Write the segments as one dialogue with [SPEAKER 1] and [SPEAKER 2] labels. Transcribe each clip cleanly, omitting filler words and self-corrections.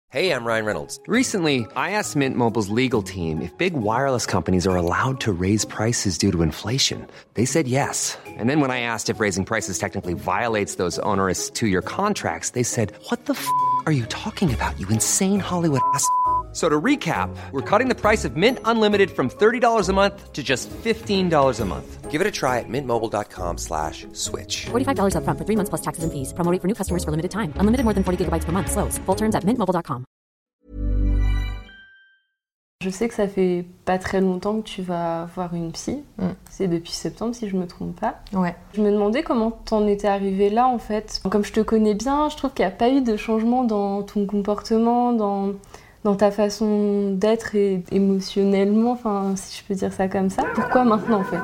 [SPEAKER 1] Hey, I'm Ryan Reynolds.
[SPEAKER 2] Recently, I asked Mint Mobile's legal team if big wireless companies are allowed to raise prices due to inflation. They said yes. And then when I asked if raising prices technically violates those onerous two-year contracts, they said, "What the f*** are you talking about, you insane Hollywood ass?" So to recap, we're cutting the price of Mint Unlimited from $30 a month to just $15 a month.
[SPEAKER 1] Give it a try at mintmobile.com/switch.
[SPEAKER 3] $45 up front for 3 months plus taxes and fees. Promo rate for new customers for limited time. Unlimited more than 40 gigabytes per month. Slows full terms at mintmobile.com.
[SPEAKER 4] Je sais que ça fait pas très longtemps que tu vas voir une psy. C'est depuis septembre si je me trompe pas.
[SPEAKER 5] Ouais.
[SPEAKER 4] Je me demandais comment t'en étais arrivée là en fait. Comme je te connais bien, je trouve qu'il n'y a pas eu de changement dans ton comportement, dans ta façon d'être et émotionnellement, enfin si je peux dire ça comme ça. Pourquoi maintenant en fait ?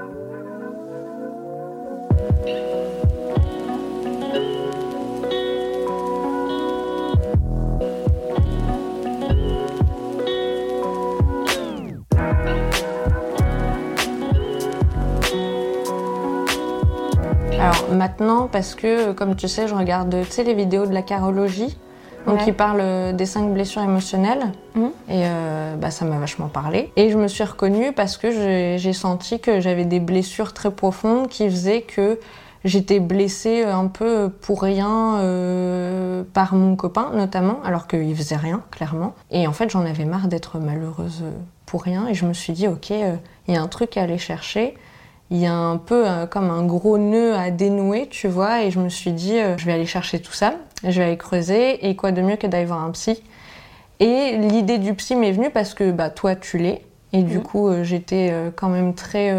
[SPEAKER 5] Alors maintenant, parce que comme tu sais, je regarde les vidéos de la carologie, donc qui parle des 5 blessures émotionnelles, et ça m'a vachement parlé. Et je me suis reconnue parce que j'ai senti que j'avais des blessures très profondes qui faisaient que j'étais blessée un peu pour rien par mon copain notamment, alors qu'il faisait rien, clairement. Et en fait, j'en avais marre d'être malheureuse pour rien, et je me suis dit, ok, il y a un truc à aller chercher. Il y a un peu comme un gros nœud à dénouer, tu vois, et je me suis dit, je vais aller chercher tout ça, je vais aller creuser, et quoi de mieux que d'aller voir un psy. Et l'idée du psy m'est venue parce que toi, tu l'es, et du coup, j'étais quand même très...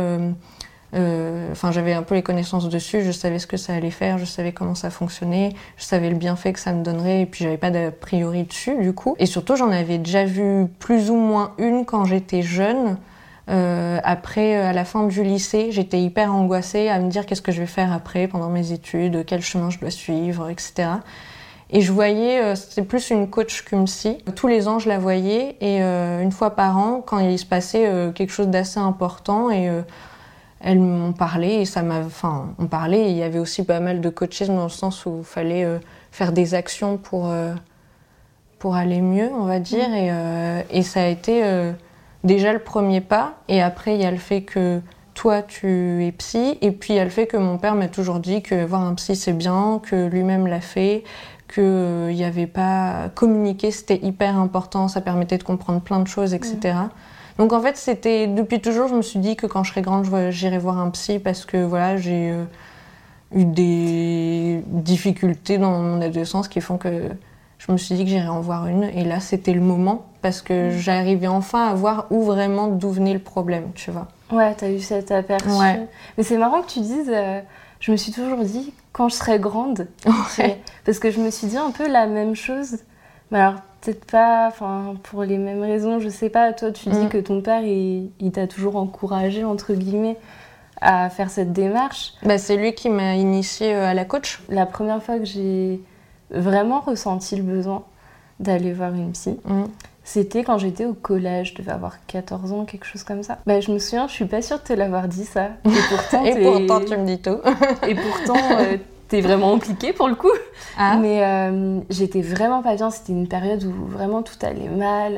[SPEAKER 5] j'avais un peu les connaissances dessus, je savais ce que ça allait faire, je savais comment ça fonctionnait, je savais le bienfait que ça me donnerait, et puis j'avais pas d'a priori dessus, du coup. Et surtout, j'en avais déjà vu plus ou moins une quand j'étais jeune. Après, à la fin du lycée, j'étais hyper angoissée à me dire qu'est-ce que je vais faire après, pendant mes études, quel chemin je dois suivre, etc. Et je voyais, c'était plus une coach qu'une psy. Tous les ans, je la voyais, et une fois par an, quand il se passait quelque chose d'assez important, et elle m'en parlait, et on parlait, et il y avait aussi pas mal de coaching dans le sens où il fallait faire des actions pour aller mieux, on va dire, et ça a été... déjà le premier pas, et après il y a le fait que toi tu es psy, et puis il y a le fait que mon père m'a toujours dit que voir un psy c'est bien, que lui-même l'a fait, qu'il n'y avait pas... Communiquer c'était hyper important, ça permettait de comprendre plein de choses, etc. Donc en fait c'était... Depuis toujours je me suis dit que quand je serais grande j'irais voir un psy, parce que voilà, j'ai eu des difficultés dans mon adolescence qui font que je me suis dit que j'irais en voir une, et là c'était le moment, parce que j'arrivais enfin à voir d'où venait le problème, tu vois.
[SPEAKER 4] Ouais, t'as eu cet aperçu. Ouais. Mais c'est marrant que tu dises, je me suis toujours dit, quand je serai grande, parce que je me suis dit un peu la même chose, mais alors peut-être pas pour les mêmes raisons, je sais pas, toi tu dis que ton père, il t'a toujours encouragé, entre guillemets, à faire cette démarche.
[SPEAKER 5] C'est lui qui m'a initiée à la coach.
[SPEAKER 4] La première fois que j'ai vraiment ressenti le besoin d'aller voir une psy, c'était quand j'étais au collège, je devais avoir 14 ans, quelque chose comme ça. Je me souviens, je suis pas sûre de te l'avoir dit ça. Et pourtant,
[SPEAKER 5] pourtant tu me dis tout.
[SPEAKER 4] Et pourtant, t'es vraiment impliquée pour le coup. Ah. Mais j'étais vraiment pas bien, c'était une période où vraiment tout allait mal.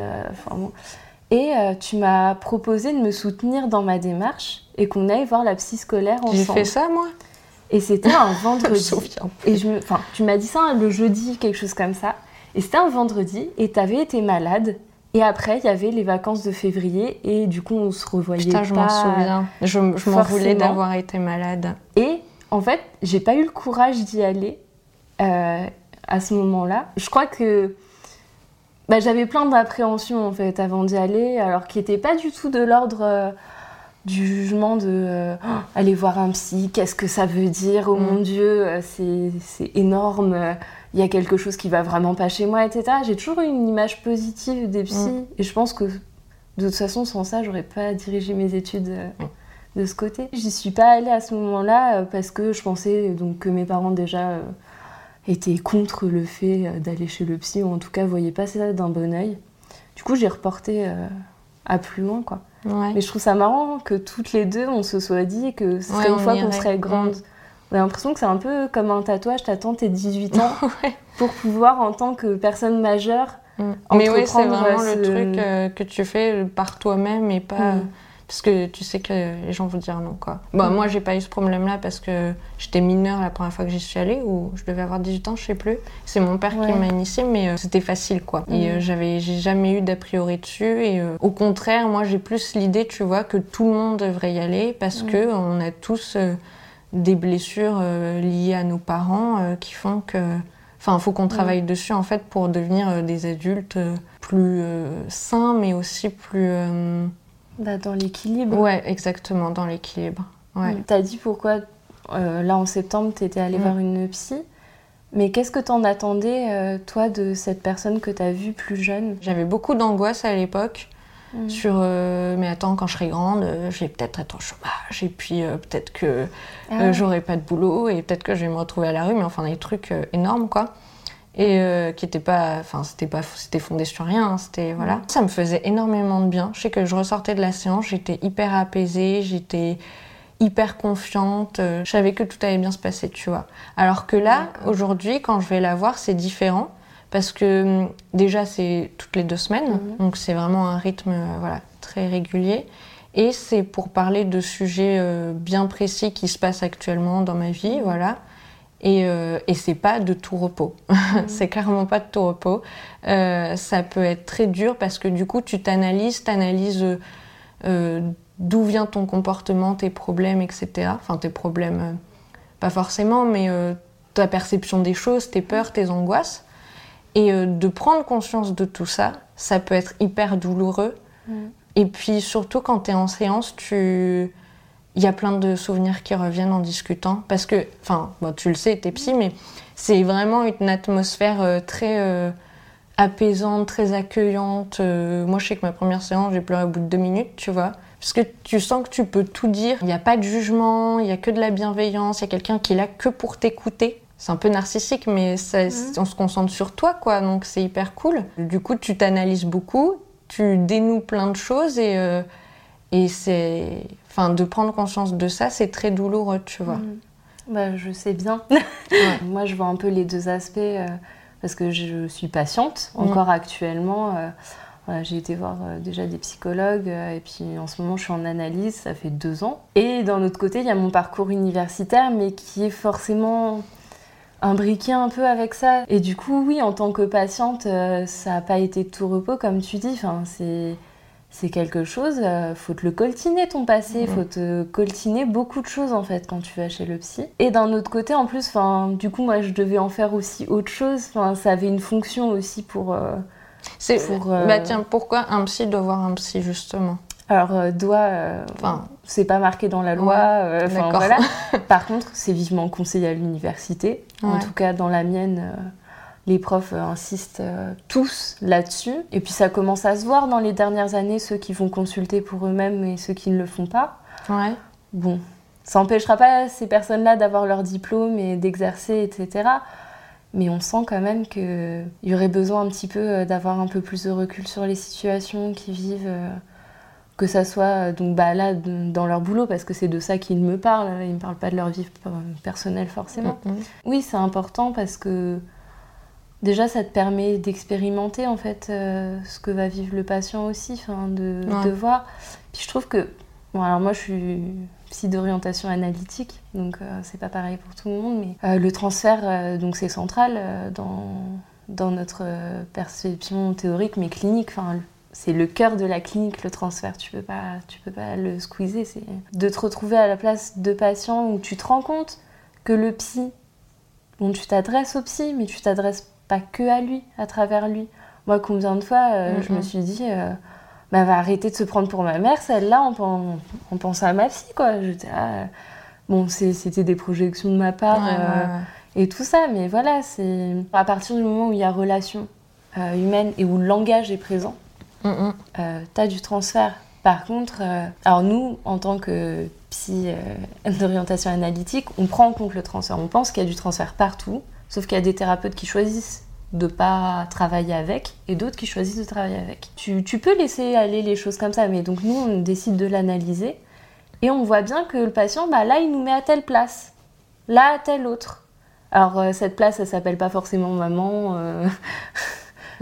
[SPEAKER 4] Et tu m'as proposé de me soutenir dans ma démarche et qu'on aille voir la psy scolaire ensemble.
[SPEAKER 5] J'ai fait ça, moi.
[SPEAKER 4] Et c'était un vendredi.
[SPEAKER 5] Je me souviens.
[SPEAKER 4] Et tu m'as dit ça le jeudi, quelque chose comme ça. Et c'était un vendredi, et t'avais été malade. Et après, il y avait les vacances de février, et du coup, on se revoyait pas.
[SPEAKER 5] Putain, je m'en souviens. Je m'en voulais d'avoir été malade.
[SPEAKER 4] Et en fait, j'ai pas eu le courage d'y aller à ce moment-là. Je crois que j'avais plein d'appréhensions, en fait, avant d'y aller, alors qui n'étaient pas du tout de l'ordre... du jugement de aller voir un psy, qu'est-ce que ça veut dire, oh mon Dieu, c'est énorme, il y a quelque chose qui va vraiment pas chez moi, etc. J'ai toujours eu une image positive des psys, et je pense que de toute façon, sans ça, j'aurais pas dirigé mes études de ce côté. J'y suis pas allée à ce moment-là parce que je pensais donc, que mes parents déjà étaient contre le fait d'aller chez le psy, ou en tout cas voyaient pas ça d'un bon œil. Du coup, j'ai reporté à plus loin, quoi. Ouais. Mais je trouve ça marrant que toutes les deux, on se soit dit que ce serait une fois qu'on serait grande. On a l'impression que c'est un peu comme un tatouage, t'attends tes 18 ans pour pouvoir, en tant que personne majeure,
[SPEAKER 5] Mais oui, c'est
[SPEAKER 4] entreprendre
[SPEAKER 5] vraiment le truc que tu fais par toi-même et pas... Parce que tu sais que les gens vont dire non, quoi. Moi, j'ai pas eu ce problème-là parce que j'étais mineure la première fois que j'y suis allée, ou je devais avoir 18 ans, je sais plus. C'est mon père qui m'a initiée, mais c'était facile, quoi. Et j'ai jamais eu d'a priori dessus. Et au contraire, moi, j'ai plus l'idée, tu vois, que tout le monde devrait y aller parce que on a tous des blessures liées à nos parents qui font que... Enfin, il faut qu'on travaille dessus, en fait, pour devenir des adultes plus sains, mais aussi plus...
[SPEAKER 4] dans l'équilibre.
[SPEAKER 5] Ouais, exactement, dans l'équilibre. Ouais.
[SPEAKER 4] T'as dit pourquoi, là en septembre, t'étais allée voir une psy. Mais qu'est-ce que t'en attendais, toi, de cette personne que t'as vue plus jeune ?
[SPEAKER 5] J'avais beaucoup d'angoisse à l'époque sur mais attends, quand je serai grande, je vais peut-être être au chômage, et puis peut-être que j'aurai pas de boulot, et peut-être que je vais me retrouver à la rue, mais enfin des trucs énormes, quoi. Et qui était pas, enfin c'était fondé sur rien, hein, c'était voilà. Ça me faisait énormément de bien. Je sais que je ressortais de la séance, j'étais hyper apaisée, j'étais hyper confiante, je savais que tout allait bien se passer, tu vois. Alors que là, aujourd'hui, quand je vais la voir, c'est différent parce que déjà c'est toutes les 2 semaines, donc c'est vraiment un rythme voilà très régulier. Et c'est pour parler de sujets bien précis qui se passent actuellement dans ma vie, voilà. Et c'est pas de tout repos. C'est clairement pas de tout repos. Ça peut être très dur parce que du coup, tu t'analyses d'où vient ton comportement, tes problèmes, etc. Enfin, tes problèmes, pas forcément, mais ta perception des choses, tes peurs, tes angoisses. Et de prendre conscience de tout ça, ça peut être hyper douloureux. Et puis surtout, quand t'es en séance, il y a plein de souvenirs qui reviennent en discutant. Parce que, enfin, tu le sais, t'es psy, mais c'est vraiment une atmosphère très apaisante, très accueillante. Moi, je sais que ma première séance, j'ai pleuré au bout de 2 minutes, tu vois. Parce que tu sens que tu peux tout dire. Il n'y a pas de jugement, il n'y a que de la bienveillance. Il y a quelqu'un qui est là que pour t'écouter. C'est un peu narcissique, mais on se concentre sur toi, quoi. Donc, c'est hyper cool. Du coup, tu t'analyses beaucoup, tu dénoues plein de choses et c'est... Enfin, de prendre conscience de ça, c'est très douloureux, tu vois.
[SPEAKER 4] Je sais bien. Moi, je vois un peu les 2 aspects parce que je suis patiente encore actuellement. J'ai été voir déjà des psychologues et puis en ce moment, je suis en analyse, ça fait 2 ans. Et d'un autre côté, il y a mon parcours universitaire, mais qui est forcément imbriqué un peu avec ça. Et du coup, oui, en tant que patiente, ça n'a pas été de tout repos, comme tu dis. Enfin, c'est quelque chose, faut te le coltiner ton passé, faut te coltiner beaucoup de choses en fait quand tu vas chez le psy. Et d'un autre côté en plus, du coup moi je devais en faire aussi autre chose, ça avait une fonction aussi pour...
[SPEAKER 5] Tiens, pourquoi un psy doit voir un psy justement ?
[SPEAKER 4] Alors c'est pas marqué dans la loi, voilà. Par contre c'est vivement conseillé à l'université, en tout cas dans la mienne... Les profs insistent tous là-dessus. Et puis ça commence à se voir dans les dernières années, ceux qui vont consulter pour eux-mêmes et ceux qui ne le font pas. Ouais. Bon, ça n'empêchera pas ces personnes-là d'avoir leur diplôme et d'exercer, etc. Mais on sent quand même qu'il y aurait besoin un petit peu d'avoir un peu plus de recul sur les situations qu'ils vivent, que ça soit donc, là dans leur boulot, parce que c'est de ça qu'ils me parlent. Ils ne me parlent pas de leur vie personnelle forcément. Oui, c'est important parce que déjà, ça te permet d'expérimenter en fait ce que va vivre le patient aussi, de voir. Puis je trouve que, alors moi je suis psy d'orientation analytique, donc c'est pas pareil pour tout le monde, mais le transfert, donc c'est central dans notre perception théorique, mais clinique. C'est le cœur de la clinique, le transfert. Tu peux pas le squeezer. C'est de te retrouver à la place de patient où tu te rends compte que le psy, tu t'adresses au psy, mais tu t'adresses pas que à lui, à travers lui. Moi, combien de fois, je me suis dit, elle va arrêter de se prendre pour ma mère, celle-là, en pensant à ma fille, quoi. J'étais, c'était des projections de ma part et tout ça, mais voilà, c'est à partir du moment où il y a relation humaine et où le langage est présent, t'as du transfert. Par contre, alors nous, en tant que psy d'orientation analytique, on prend en compte le transfert. On pense qu'il y a du transfert partout. Sauf qu'il y a des thérapeutes qui choisissent de ne pas travailler avec et d'autres qui choisissent de travailler avec. Tu peux laisser aller les choses comme ça, mais donc nous, on décide de l'analyser et on voit bien que le patient, là, il nous met à telle place, là, à telle autre. Alors, cette place, ça s'appelle pas forcément maman,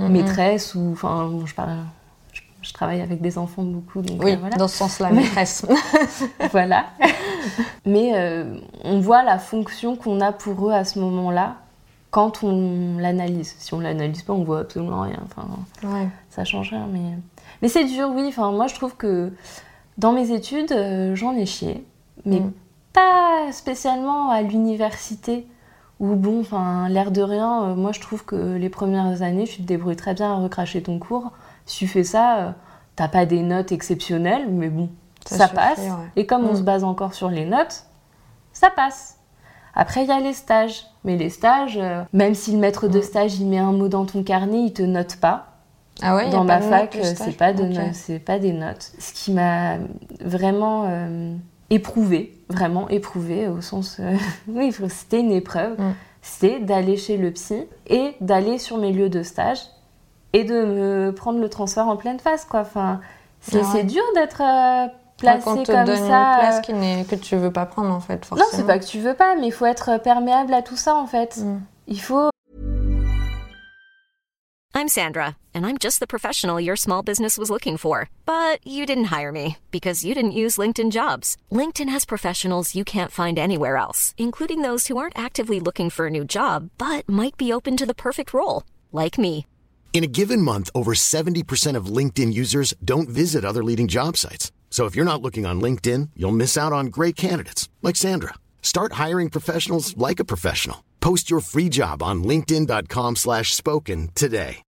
[SPEAKER 4] maîtresse ou... Enfin, bon, je travaille avec des enfants beaucoup, donc
[SPEAKER 5] oui,
[SPEAKER 4] voilà.
[SPEAKER 5] dans ce sens-là, maîtresse.
[SPEAKER 4] Voilà. Mais on voit la fonction qu'on a pour eux à ce moment-là quand on l'analyse. Si on l'analyse pas, on voit absolument rien. Enfin, ça change rien. Mais c'est dur, oui. Enfin, moi, je trouve que dans mes études, j'en ai chié, mais pas spécialement à l'université. Où bon, enfin, l'air de rien, moi, je trouve que les premières années, tu te débrouilles très bien à recracher ton cours. Si tu fais ça, t'as pas des notes exceptionnelles, mais bon, ça passe. Ouais. Et comme on se base encore sur les notes, ça passe. Après, il y a les stages. Mais les stages, même si le maître de stage, il met un mot dans ton carnet, il te note pas.
[SPEAKER 5] Ah ouais,
[SPEAKER 4] dans ma fac, c'est pas des notes. Ce qui m'a vraiment éprouvée au sens... oui, c'était une épreuve. C'était d'aller chez le psy et d'aller sur mes lieux de stage et de me prendre le transfert en pleine face, quoi. Enfin, c'est dur d'être placé comme ça.
[SPEAKER 5] Quand on te donne une place que tu veux pas prendre, en fait, forcément.
[SPEAKER 4] Non, c'est pas que tu veux pas, mais il faut être perméable à tout ça, en fait. Il faut...
[SPEAKER 6] I'm Sandra, and I'm just the professional your small business was looking for. But you didn't hire me, because you didn't use LinkedIn Jobs. LinkedIn has professionals you can't find anywhere else, including those who aren't actively looking for a new job, but might be open to the perfect role, like me.
[SPEAKER 7] In a given month, over 70% of LinkedIn users don't visit other leading job sites. So if you're not looking on LinkedIn, you'll miss out on great candidates like Sandra. Start hiring professionals like a professional. Post your free job on linkedin.com/spoken today.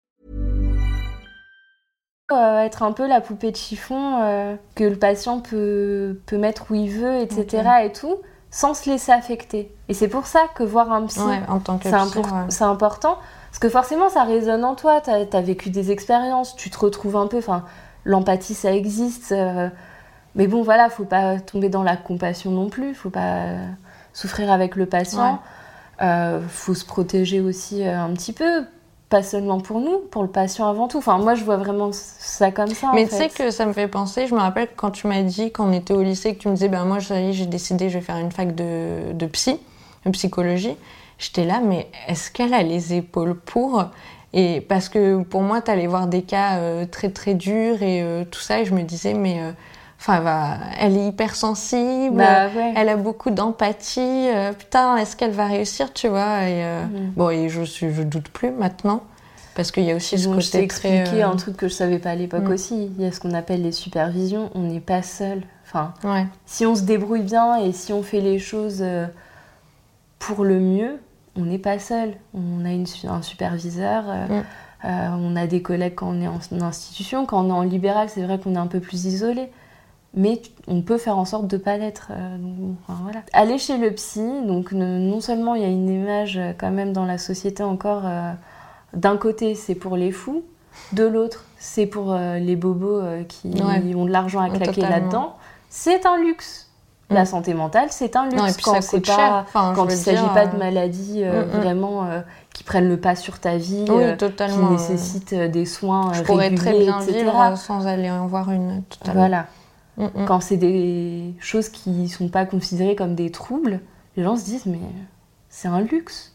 [SPEAKER 4] Être un peu la poupée de chiffon que le patient peut mettre où il veut, etc. et tout, sans se laisser affecter. Et c'est pour ça que voir un psy,
[SPEAKER 5] en tant que
[SPEAKER 4] c'est important. Parce que forcément, ça résonne en toi. T'as vécu des expériences, tu te retrouves un peu... Enfin, l'empathie, ça existe. Mais bon, voilà, faut pas tomber dans la compassion non plus. Faut pas souffrir avec le patient. Faut se protéger aussi un petit peu. Pas seulement pour nous, pour le patient avant tout. Enfin, moi, je vois vraiment ça comme ça,
[SPEAKER 5] Mais tu sais que ça me fait penser... Je me rappelle quand tu m'as dit, quand on était au lycée, que tu me disais, moi, j'ai décidé, je vais faire une fac de psy, de psychologie. J'étais là, mais est-ce qu'elle a les épaules pour ? Et parce que pour moi, t'allais voir des cas très très durs et tout ça, et je me disais, mais elle est hypersensible, elle a beaucoup d'empathie, putain, est-ce qu'elle va réussir, tu vois ? Et je doute plus maintenant, parce qu'il y a aussi ce côté
[SPEAKER 4] je t'ai expliqué un truc que je savais pas à l'époque aussi. Il y a ce qu'on appelle les supervisions. On n'est pas seul. Enfin, si on se débrouille bien et si on fait les choses pour le mieux, on n'est pas seul. On a un superviseur, on a des collègues quand on est en institution. Quand on est en libéral, c'est vrai qu'on est un peu plus isolé. Mais on peut faire en sorte de ne pas l'être. Voilà. Aller chez le psy, donc non seulement il y a une image quand même dans la société encore, d'un côté c'est pour les fous, de l'autre c'est pour les bobos qui ont de l'argent à claquer là-dedans. C'est un luxe. La santé mentale, c'est un luxe.
[SPEAKER 5] Non, et puis
[SPEAKER 4] quand
[SPEAKER 5] ça coûte cher.
[SPEAKER 4] Quand il ne s'agit pas de maladies vraiment qui prennent le pas sur ta vie, qui nécessitent des soins réguliers, etc. Je
[SPEAKER 5] pourrais très bien vivre sans aller en voir une. Totalement.
[SPEAKER 4] Voilà. Quand c'est des choses qui ne sont pas considérées comme des troubles, les gens se disent, mais c'est un luxe.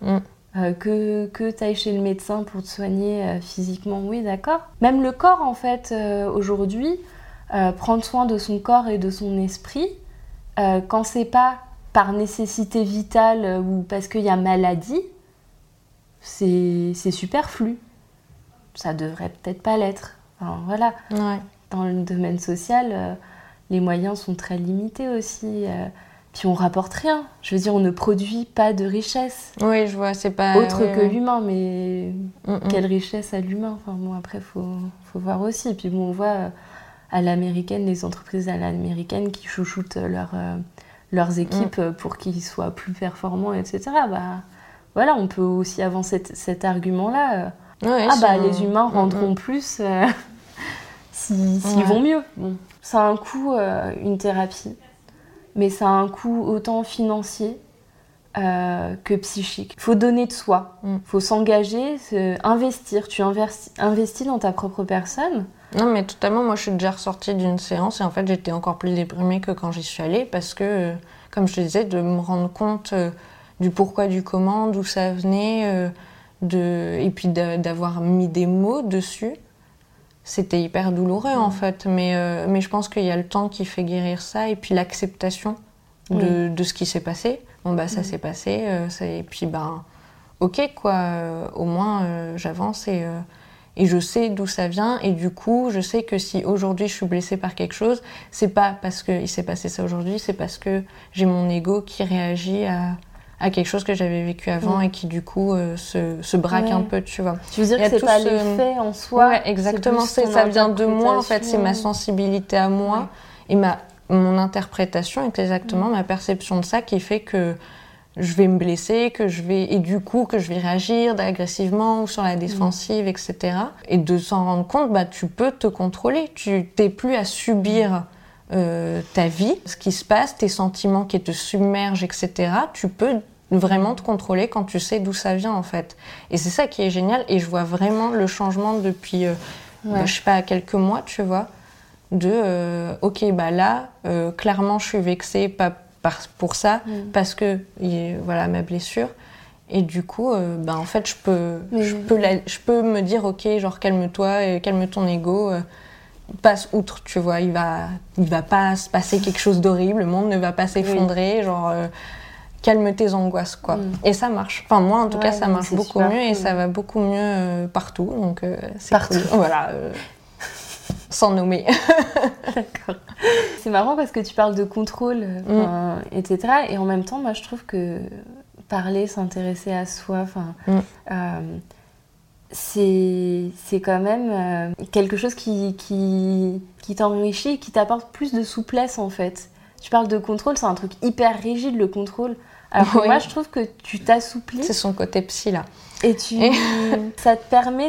[SPEAKER 4] Que tu ailles chez le médecin pour te soigner physiquement, oui, d'accord. Même le corps, en fait, aujourd'hui, prendre soin de son corps et de son esprit, quand c'est pas par nécessité vitale ou parce qu'il y a maladie, c'est superflu. Ça devrait peut-être pas l'être. Enfin, voilà. Dans le domaine social, les moyens sont très limités aussi. Puis on rapporte rien. Je veux dire, on ne produit pas de richesse.
[SPEAKER 5] Oui, je vois, c'est pas...
[SPEAKER 4] Autre que l'humain, mais quelle richesse a l'humain ? Enfin, bon, après, faut voir aussi. Puis bon, on voit à l'américaine, les entreprises à l'américaine qui chouchoutent leurs équipes pour qu'ils soient plus performants, etc. Voilà, on peut aussi avancer cet argument-là. Les humains rendront plus s'ils vont mieux. Bon. Ça a un coût, une thérapie, mais ça a un coût autant financier que psychique. Il faut donner de soi, faut s'engager, investir. Tu investis dans ta propre personne.
[SPEAKER 5] Non, mais totalement. Moi, je suis déjà ressortie d'une séance et en fait, j'étais encore plus déprimée que quand j'y suis allée parce que, comme je te disais, de me rendre compte du pourquoi, du comment, d'où ça venait, et puis d'avoir mis des mots dessus, c'était hyper douloureux en fait. Mais je pense qu'il y a le temps qui fait guérir ça, et puis l'acceptation de ce qui s'est passé. Bon bah ça s'est passé, et puis ok quoi, au moins j'avance et je sais d'où ça vient, et du coup je sais que si aujourd'hui je suis blessée par quelque chose, c'est pas parce qu'il s'est passé ça aujourd'hui, c'est parce que j'ai mon ego qui réagit à quelque chose que j'avais vécu avant et qui du coup se braque un peu, tu vois.
[SPEAKER 4] Tu veux dire que c'est pas les faits en soi?
[SPEAKER 5] Ouais, exactement, ça vient de moi en fait, c'est ma sensibilité à moi et mon interprétation, exactement ma perception de ça qui fait que je vais me blesser, et du coup que je vais réagir agressivement ou sur la défensive, etc. Et de s'en rendre compte, tu peux te contrôler, tu t'es plus à subir ta vie, ce qui se passe, tes sentiments qui te submergent, etc. Tu peux vraiment te contrôler quand tu sais d'où ça vient en fait. Et c'est ça qui est génial, et je vois vraiment le changement depuis, je sais pas, quelques mois, tu vois, ok, là, clairement je suis vexée, pas pour ça, parce que voilà ma blessure, et du coup en fait je peux me dire ok, genre calme-toi, calme ton ego, passe outre, tu vois, il va pas se passer quelque chose d'horrible, le monde ne va pas s'effondrer, genre calme tes angoisses quoi. Et ça marche, enfin moi en tout cas ça marche beaucoup mieux, et ça va beaucoup mieux partout, donc c'est partout cool. Voilà, sans nommer.
[SPEAKER 4] D'accord. C'est marrant parce que tu parles de contrôle, etc. Et en même temps, moi, je trouve que parler, s'intéresser à soi, c'est quand même quelque chose qui t'enrichit, qui t'apporte plus de souplesse, en fait. Tu parles de contrôle, c'est un truc hyper rigide, le contrôle. Alors que moi, je trouve que tu t'assouplis.
[SPEAKER 5] C'est son côté psy, là.
[SPEAKER 4] Et ça te permet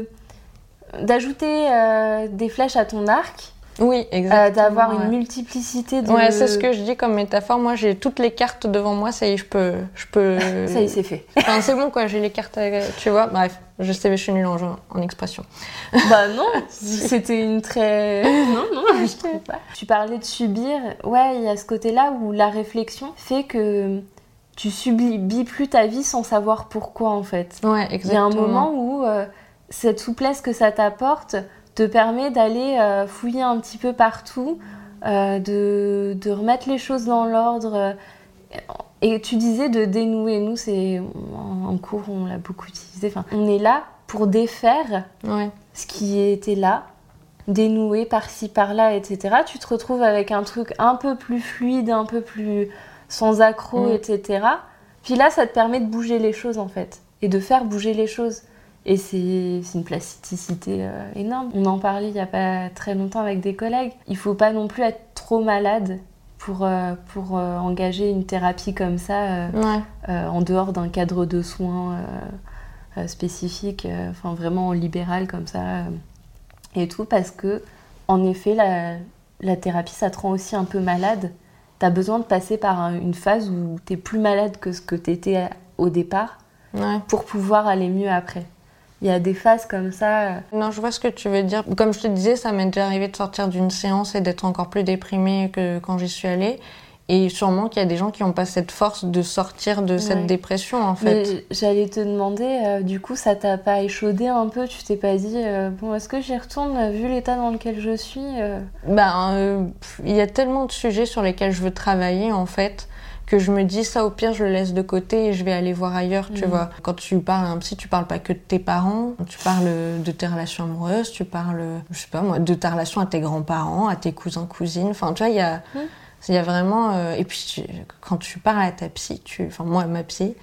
[SPEAKER 4] d'ajouter des flèches à ton arc.
[SPEAKER 5] Oui, exactement.
[SPEAKER 4] D'avoir une multiplicité de...
[SPEAKER 5] Ouais, c'est ce que je dis comme métaphore. Moi, j'ai toutes les cartes devant moi, ça y est, je peux...
[SPEAKER 4] Ça y est, c'est fait.
[SPEAKER 5] Enfin, c'est bon, quoi, j'ai les cartes, tu vois. Bref, je sais, je suis nulle en expression.
[SPEAKER 4] Bah non, c'était une très... Non, je trouve pas. Tu parlais de subir. Ouais, il y a ce côté-là où la réflexion fait que tu subis plus ta vie sans savoir pourquoi, en fait.
[SPEAKER 5] Ouais, exactement.
[SPEAKER 4] Il y a un moment où cette souplesse que ça t'apporte te permet d'aller fouiller un petit peu partout, de remettre les choses dans l'ordre. Et tu disais de dénouer. Nous, c'est en cours, on l'a beaucoup utilisé. Enfin, on est là pour défaire ce qui était là, dénouer par-ci, par-là, etc. Tu te retrouves avec un truc un peu plus fluide, un peu plus sans accroc, etc. Puis là, ça te permet de bouger les choses, en fait, et de faire bouger les choses. Et c'est une plasticité énorme. On en parlait il n'y a pas très longtemps avec des collègues. Il ne faut pas non plus être trop malade pour engager une thérapie comme ça, en dehors d'un cadre de soins spécifique, enfin vraiment en libéral comme ça, et tout, parce que en effet, la thérapie, ça te rend aussi un peu malade. Tu as besoin de passer par une phase où tu es plus malade que ce que tu étais au départ pour pouvoir aller mieux après. Il y a des phases comme ça.
[SPEAKER 5] Non, je vois ce que tu veux dire. Comme je te disais, ça m'est déjà arrivé de sortir d'une séance et d'être encore plus déprimée que quand j'y suis allée. Et sûrement qu'il y a des gens qui n'ont pas cette force de sortir de cette dépression, en fait.
[SPEAKER 4] Mais j'allais te demander, du coup, ça t'a pas échaudé un peu? Tu t'es pas dit, bon, est-ce que j'y retourne, vu l'état dans lequel je suis
[SPEAKER 5] il y a tellement de sujets sur lesquels je veux travailler, en fait, que je me dis ça, au pire je le laisse de côté et je vais aller voir ailleurs, tu vois. Quand tu parles à un psy, tu parles pas que de tes parents, tu parles de tes relations amoureuses, tu parles, je sais pas moi, de ta relation à tes grands-parents, à tes cousins, cousines, enfin tu vois, il y a vraiment... et puis quand tu parles à ta psy, enfin moi, ma psy,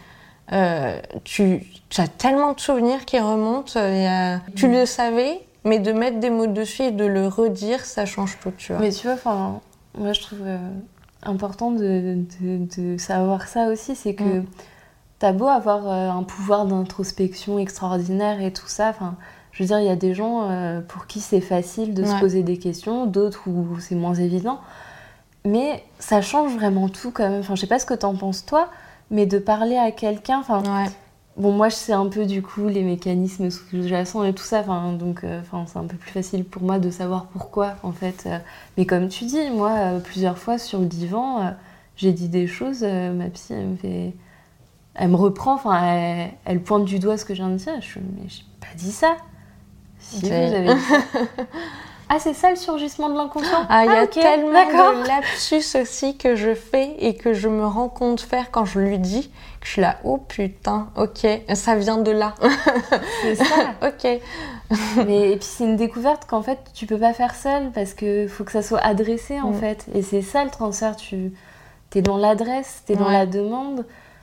[SPEAKER 5] tu as tellement de souvenirs qui remontent, tu le savais, mais de mettre des mots dessus et de le redire, ça change tout, tu vois.
[SPEAKER 4] Mais tu vois, enfin, moi je trouve... important de savoir ça aussi, c'est que t'as beau avoir un pouvoir d'introspection extraordinaire et tout ça, enfin, je veux dire, il y a des gens pour qui c'est facile de se poser des questions, d'autres où c'est moins évident, mais ça change vraiment tout quand même. Enfin, je sais pas ce que t'en penses toi, mais de parler à quelqu'un, enfin, bon, moi je sais un peu du coup les mécanismes sous-jacents et tout ça, donc c'est un peu plus facile pour moi de savoir pourquoi en fait. Mais comme tu dis, moi plusieurs fois sur le divan, j'ai dit des choses, ma psy elle me fait elle me reprend, enfin, elle pointe du doigt ce que je viens de dire. Mais j'ai pas dit ça. Si vous avez dit ça. Ah, c'est ça le surgissement de l'inconscient?
[SPEAKER 5] Ah, il y a tellement de lapsus aussi que je fais et que je me rends compte faire quand je lui dis que je suis là, oh putain, ok, ça vient de là.
[SPEAKER 4] C'est ça.
[SPEAKER 5] Ok.
[SPEAKER 4] Et puis c'est une découverte qu'en fait tu peux pas faire seule parce que faut que ça soit adressé en fait. Et c'est ça le transfert, t'es dans l'adresse, t'es dans la demande,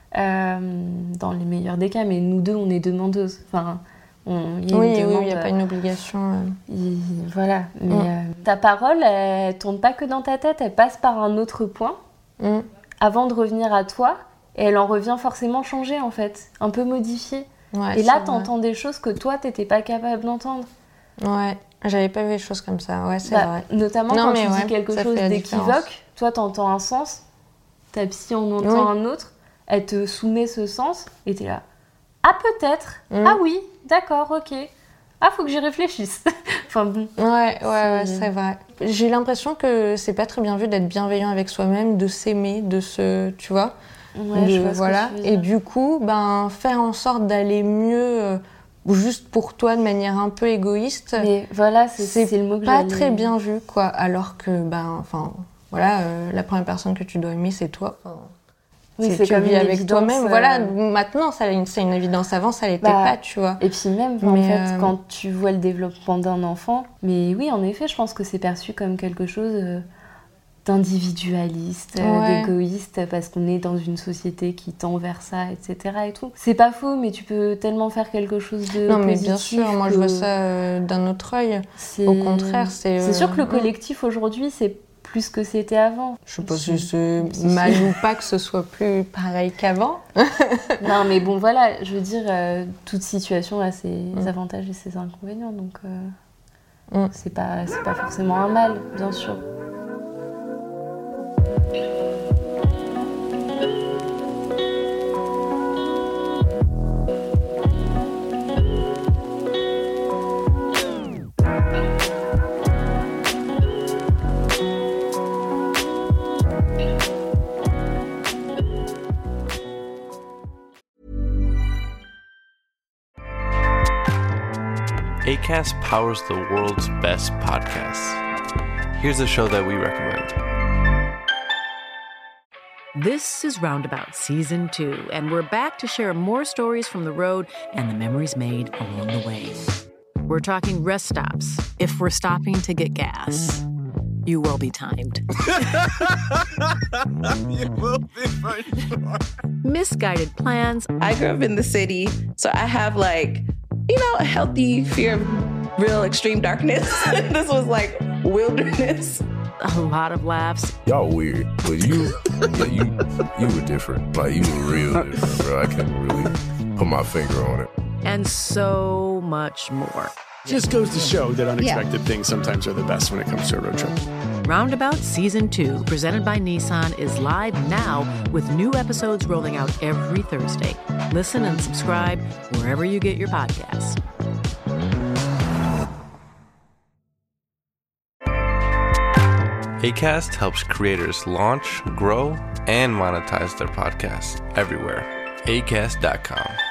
[SPEAKER 4] dans les meilleurs des cas, mais nous deux on est demandeuses. Enfin, il n'y a
[SPEAKER 5] pas une obligation.
[SPEAKER 4] Voilà, mais ta parole, elle tourne pas que dans ta tête, elle passe par un autre point avant de revenir à toi, et elle en revient forcément changée en fait, un peu modifiée. Ouais, et là, t'entends des choses que toi, t'étais pas capable d'entendre.
[SPEAKER 5] Ouais, j'avais pas vu les choses comme ça, ouais, c'est vrai.
[SPEAKER 4] Notamment quand tu dis quelque chose d'équivoque, toi, t'entends un sens, ta psy en entend un autre, elle te soumet ce sens, et t'es là, ah peut-être, ah oui, d'accord, ok, ah faut que j'y réfléchisse. Enfin bon.
[SPEAKER 5] Ouais, c'est vrai. J'ai l'impression que c'est pas très bien vu d'être bienveillant avec soi-même, de s'aimer, de se, tu vois.
[SPEAKER 4] Ouais, je vois
[SPEAKER 5] voilà.
[SPEAKER 4] Ce que tu veux dire.
[SPEAKER 5] Et du coup, faire en sorte d'aller mieux, juste pour toi, de manière un peu égoïste.
[SPEAKER 4] Mais voilà, c'est le mot que
[SPEAKER 5] pas très bien vu, quoi. Alors que, la première personne que tu dois aimer, c'est toi.
[SPEAKER 4] Oui, c'est comme
[SPEAKER 5] vis avec toi-même. Voilà, maintenant, c'est une évidence. Avant, ça l'était pas, tu vois.
[SPEAKER 4] Et puis même, en fait, quand tu vois le développement d'un enfant, mais oui, en effet, je pense que c'est perçu comme quelque chose d'individualiste, d'égoïste, parce qu'on est dans une société qui tend vers ça, etc. et tout. C'est pas faux, mais tu peux tellement faire quelque chose de
[SPEAKER 5] non,
[SPEAKER 4] positif.
[SPEAKER 5] Mais bien sûr, moi je vois ça d'un autre œil. Au contraire, c'est
[SPEAKER 4] sûr que le collectif aujourd'hui, c'est plus que c'était avant.
[SPEAKER 5] Je sais pas si c'est mal ou pas que ce soit plus pareil qu'avant.
[SPEAKER 4] Non, mais bon, voilà, je veux dire, toute situation a ses avantages et ses inconvénients, donc c'est pas forcément un mal, bien sûr.
[SPEAKER 8] Acast powers the world's best podcasts. Here's a show that we recommend.
[SPEAKER 9] This is Roundabout Season 2, and we're back to share more stories from the road and the memories made along the way. We're talking rest stops, if we're stopping to get gas. You will be timed.
[SPEAKER 10] You will be for sure.
[SPEAKER 9] Misguided plans.
[SPEAKER 11] I grew up in the city, so I have a healthy fear of real extreme darkness. This was like wilderness.
[SPEAKER 9] A lot of laughs.
[SPEAKER 10] Y'all weird, but you were different. Like, you were real different, bro. I can't really put my finger on it.
[SPEAKER 9] And so much more.
[SPEAKER 12] Just goes to show that unexpected things sometimes are the best when it comes to a road trip.
[SPEAKER 9] Roundabout Season 2, presented by Nissan, is live now with new episodes rolling out every Thursday. Listen and subscribe wherever you get your podcasts.
[SPEAKER 8] Acast helps creators launch, grow, and monetize their podcasts everywhere. Acast.com.